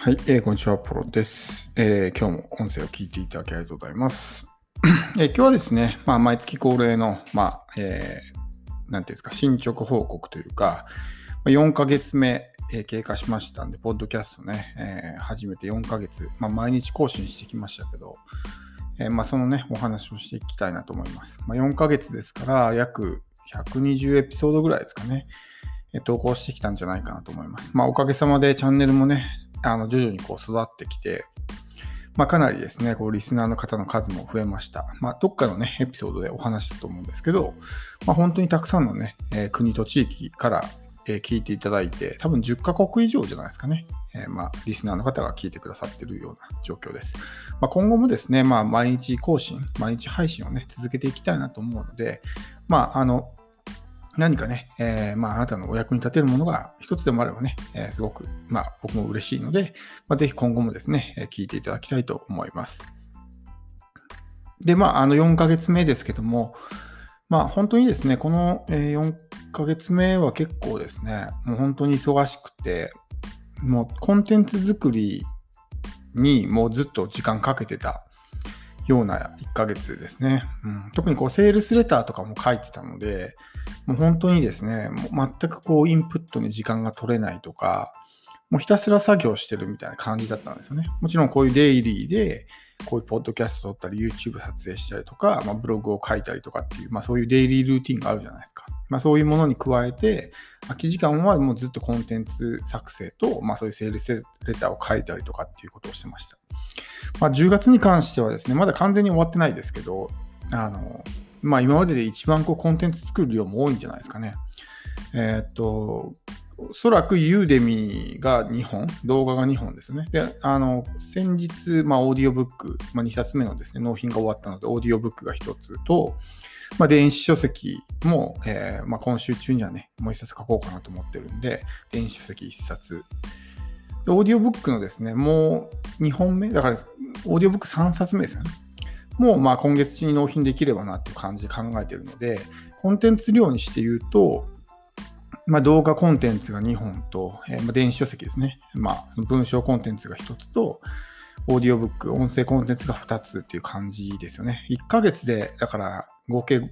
はい、こんにちは、ポロです。今日も音声を聞いていただきありがとうございます。今日はですね、毎月恒例の、なんていうんですか、進捗報告というか、4ヶ月目、経過しましたんで、ポッドキャストね、始めて4ヶ月、毎日更新してきましたけど、そのね、お話をしていきたいなと思います。4ヶ月ですから、約120エピソードぐらいですかね、投稿してきたんじゃないかなと思います。おかげさまでチャンネルもね、徐々に育ってきて、かなりですね、リスナーの方の数も増えました。どっかのね、エピソードでお話したと思うんですけど、本当にたくさんのね、国と地域から聞いていただいて、多分10カ国以上じゃないですかね。リスナーの方が聞いてくださっているような状況です。今後もですね、毎日更新、毎日配信をね、続けていきたいなと思うので、何かね、あなたのお役に立てるものが一つでもあればね、すごく、僕も嬉しいので、ぜひ今後もですね、聞いていただきたいと思います。で、4ヶ月目ですけども、本当にですね、この4ヶ月目は結構ですね、もう本当に忙しくて、もうコンテンツ作りにもうずっと時間かけてたような1ヶ月ですね。特にセールスレターとかも書いてたので、もう本当にですね、もう全くインプットに時間が取れないとか、もうひたすら作業してるみたいな感じだったんですよね。もちろんこういうデイリーで、こういうポッドキャスト撮ったり、YouTube 撮影したりとか、ブログを書いたりとかっていう、そういうデイリールーティンがあるじゃないですか。そういうものに加えて、空き時間はもうずっとコンテンツ作成と、そういうセールスレターを書いたりとかっていうことをしてました。10月に関してはですね、まだ完全に終わってないですけど、今までで一番コンテンツ作る量も多いんじゃないですかね。おそらくユーデミが2本、動画が2本ですね。で、先日、オーディオブック、2冊目のですね、納品が終わったので、オーディオブックが1つと、電子書籍も、今週中にはね、もう1冊書こうかなと思ってるんで、電子書籍1冊。でオーディオブックのですね、もう2本目、だから、オーディオブック3冊目ですよね。もう今月中に納品できればなっていう感じで考えているので、コンテンツ量にして言うと、動画コンテンツが2本と、電子書籍ですね。その文章コンテンツが1つと、オーディオブック、音声コンテンツが2つっていう感じですよね。1ヶ月で、だから合計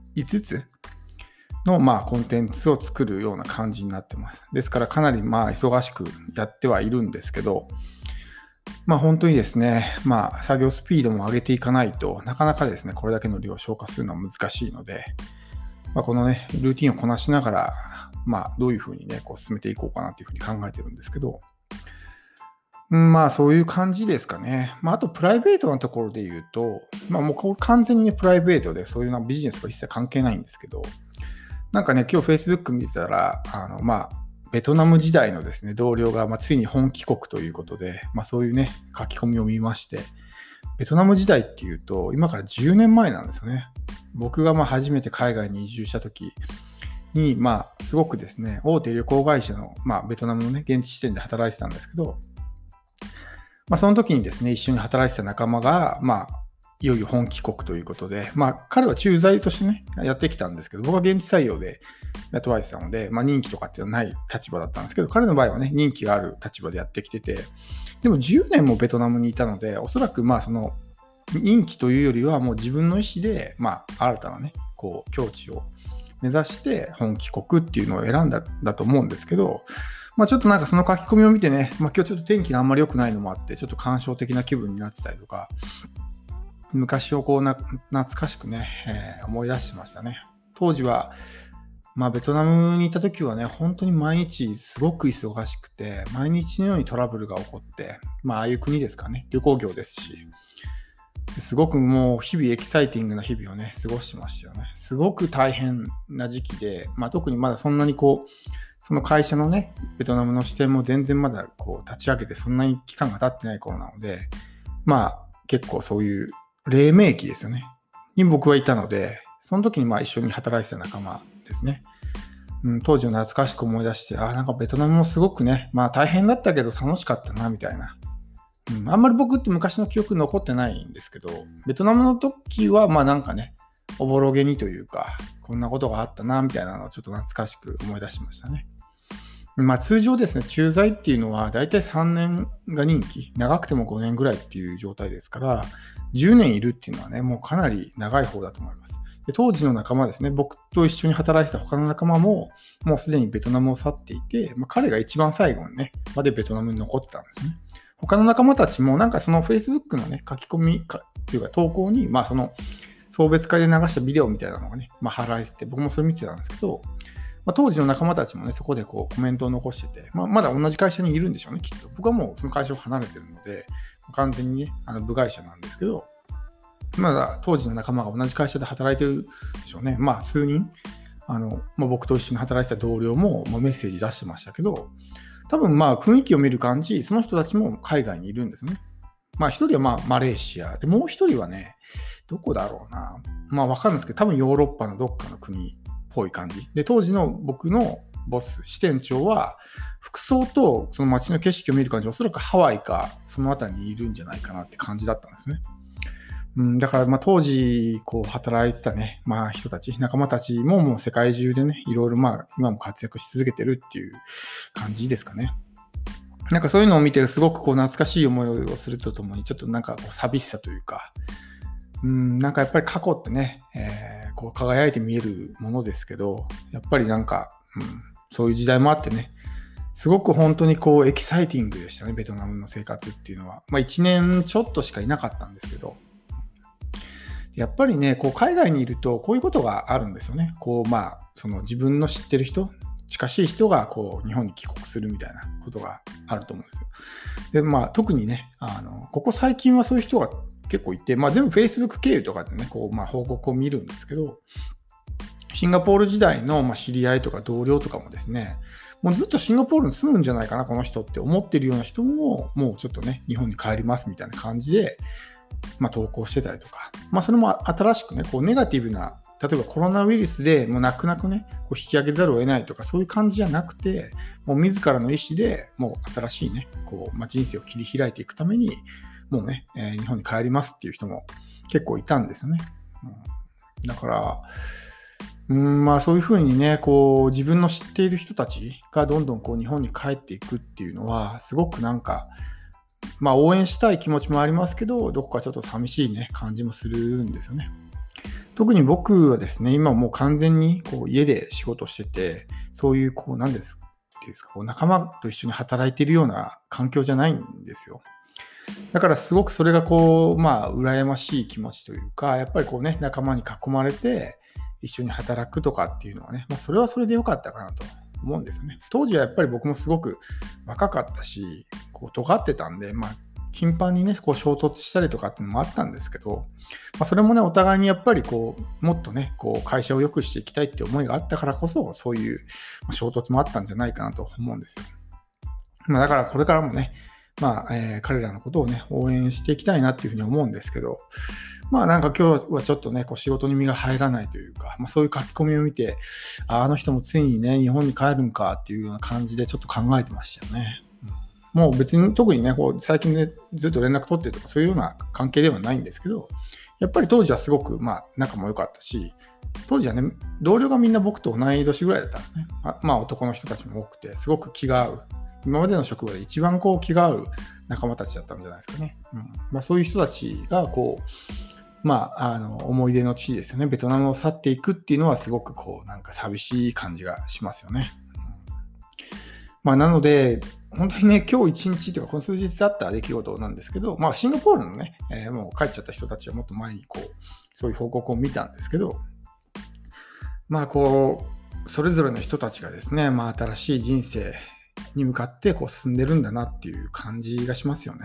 5つのコンテンツを作るような感じになってます。ですからかなり忙しくやってはいるんですけど、本当にですね、作業スピードも上げていかないとなかなかですね、これだけの量を消化するのは難しいので、このね、ルーティンをこなしながら、どういうふうにね、進めていこうかなというふうに考えてるんですけど、そういう感じですかね。あとプライベートなところで言うと、もうこれ完全にね、プライベートでそういうビジネスと一切関係ないんですけど、なんかね、今日 Facebook 見てたら、ベトナム時代のですね、同僚が、ついに本帰国ということで、そういうね、書き込みを見まして、ベトナム時代っていうと、今から10年前なんですよね。僕が初めて海外に移住した時に、すごくですね、大手旅行会社の、ベトナムのね、現地支店で働いてたんですけど、その時にですね、一緒に働いてた仲間が、いよいよ本帰国ということで、彼は駐在としてね、やってきたんですけど、僕は現地採用で雇われてたので、任期とかっていうのはない立場だったんですけど、彼の場合はね、任期がある立場でやってきてて、でも10年もベトナムにいたので、おそらくその任期というよりはもう自分の意思で、新たなね、境地を目指して本帰国っていうのを選んだと思うんですけど、ちょっとなんかその書き込みを見てね、今日ちょっと天気があんまり良くないのもあって、ちょっと感傷的な気分になってたりとか、昔を懐かしくね、思い出してましたね。当時は、ベトナムにいた時はね、本当に毎日すごく忙しくて、毎日のようにトラブルが起こって、ああいう国ですかね、旅行業ですし、すごくもう日々エキサイティングな日々をね、過ごしてましたよね。すごく大変な時期で、特にまだそんなにその会社のね、ベトナムの支店も全然まだ立ち上げてそんなに期間が経ってない頃なので、結構そういう黎明期ですよね。に僕はいたので、その時に一緒に働いてた仲間ですね。当時を懐かしく思い出して、なんかベトナムもすごくね、大変だったけど楽しかったな、みたいな。あんまり僕って昔の記憶残ってないんですけど、ベトナムの時はなんかね、おぼろげにというか、こんなことがあったな、みたいなのをちょっと懐かしく思い出しましたね。 通常ですね、駐在っていうのはだいたい3年が任期、長くても5年ぐらいっていう状態ですから、10年いるっていうのはね、もうかなり長い方だと思います。で、当時の仲間ですね、僕と一緒に働いてた他の仲間も、もうすでにベトナムを去っていて、彼が一番最後にね、までベトナムに残ってたんですね。他の仲間たちも、なんかその Facebook のね、書き込みっていうか投稿に、その送別会で流したビデオみたいなのがね、貼られてて、僕もそれ見てたんですけど、当時の仲間たちもね、そこでこうコメントを残してて、まだ同じ会社にいるんでしょうね、きっと。僕はもうその会社を離れてるので、完全にね、部外者なんですけど、まだ当時の仲間が同じ会社で働いてるでしょうね。数人、僕と一緒に働いてた同僚も、メッセージ出してましたけど、多分雰囲気を見る感じ、その人たちも海外にいるんですね。一人はマレーシアで、もう一人はね、どこだろうな。わかるんですけど、多分ヨーロッパのどっかの国っぽい感じ。で、当時の僕のボス、支店長は、服装とその街の景色を見る感じ、おそらくハワイか、そのあたりにいるんじゃないかなって感じだったんですね。だから当時こう働いてたね、人たち、仲間たちももう世界中でね、いろいろ今も活躍し続けてるっていう感じですかね。なんかそういうのを見てすごくこう懐かしい思いをするとともに、ちょっとなんかこう寂しさというか、なんかやっぱり過去ってね、こう輝いて見えるものですけど、やっぱりなんか、そういう時代もあってね、すごく本当にこうエキサイティングでしたね、ベトナムの生活っていうのは。1年ちょっとしかいなかったんですけど、やっぱりね、こう海外にいるとこういうことがあるんですよね。こうその自分の知ってる人、近しい人がこう日本に帰国するみたいなことがあると思うんですよ。で、特にね、ここ最近はそういう人が結構いて、全部 Facebook 経由とかでね、こう報告を見るんですけど、シンガポール時代の知り合いとか同僚とかもですね、もうずっとシンガポールに住むんじゃないかな、この人って思ってるような人も、もうちょっとね、日本に帰りますみたいな感じで、投稿してたりとか、それも新しくね、こうネガティブな、例えばコロナウイルスでもう泣く泣くね、こう引き上げざるを得ないとか、そういう感じじゃなくて、もう自らの意思でもう新しいね、こう人生を切り開いていくために、もうね、日本に帰りますっていう人も結構いたんですよね。だから、そういうふうにね、こう自分の知っている人たちがどんどんこう日本に帰っていくっていうのは、すごくなんか、応援したい気持ちもありますけど、どこかちょっと寂しいね、感じもするんですよね。特に僕はですね、今もう完全にこう家で仕事してて、そういうこう何ですっていうんですか、こう仲間と一緒に働いているような環境じゃないんですよ。だからすごくそれがこう、羨ましい気持ちというか、やっぱりこうね、仲間に囲まれて一緒に働くとかっていうのはね、それはそれで良かったかなと思うんですよね。当時はやっぱり僕もすごく若かったし、こう尖ってたんで、頻繁にね、こう衝突したりとかっていうのもあったんですけど、それもね、お互いにやっぱりこう、もっとね、こう会社を良くしていきたいって思いがあったからこそ、そういう衝突もあったんじゃないかなと思うんですよ。だからこれからもね、彼らのことをね、応援していきたいなっていうふうに思うんですけど、なんか今日はちょっとね、こう仕事に身が入らないというか、そういう書き込みを見て、あの人もついにね、日本に帰るんかっていうような感じでちょっと考えてましたよね。もう別に特にね、こう最近ね、ずっと連絡取ってるとかそういうような関係ではないんですけど、やっぱり当時はすごく仲も良かったし、当時はね、同僚がみんな僕と同い年ぐらいだったんですね。男の人たちも多くて、すごく気が合う。今までの職場で一番こう気が合う仲間たちだったんじゃないですかね。そういう人たちがこう、思い出の地ですよね。ベトナムを去っていくっていうのはすごくこうなんか寂しい感じがしますよね。なので、本当にね、今日一日というか、この数日あった出来事なんですけど、シンガポールのね、もう帰っちゃった人たちはもっと前にこう、そういう報告を見たんですけど、こう、それぞれの人たちがですね、新しい人生に向かってこう進んでるんだなっていう感じがしますよね。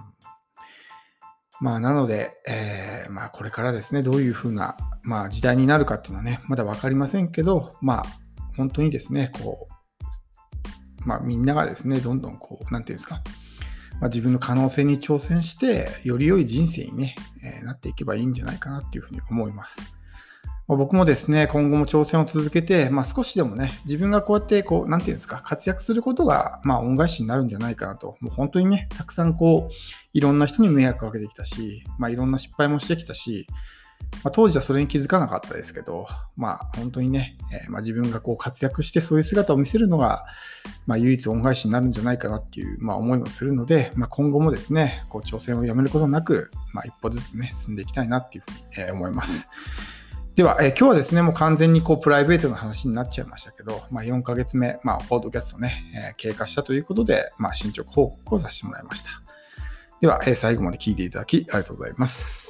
なので、これからですね、どういうふうな、時代になるかっていうのはね、まだ分かりませんけど、本当にですね、こう、みんながですね、どんどんこう、なんていうんですか、自分の可能性に挑戦して、より良い人生にね、なっていけばいいんじゃないかなっていうふうに思います。僕もですね、今後も挑戦を続けて、少しでもね、自分がこうやってこう、なんていうんですか、活躍することが、恩返しになるんじゃないかなと、もう本当にね、たくさんこう、いろんな人に迷惑をかけてきたし、いろんな失敗もしてきたし、 当時はそれに気づかなかったですけど、本当にね、自分がこう活躍してそういう姿を見せるのが、唯一恩返しになるんじゃないかなっていう、思いもするので、今後もですね、こう挑戦をやめることなく、一歩ずつね、進んでいきたいなっていうふうに、思います。では、今日はですね、もう完全にこうプライベートの話になっちゃいましたけど、4ヶ月目、ポッドキャストね、経過したということで、進捗報告をさせてもらいました。では、最後まで聞いていただきありがとうございます。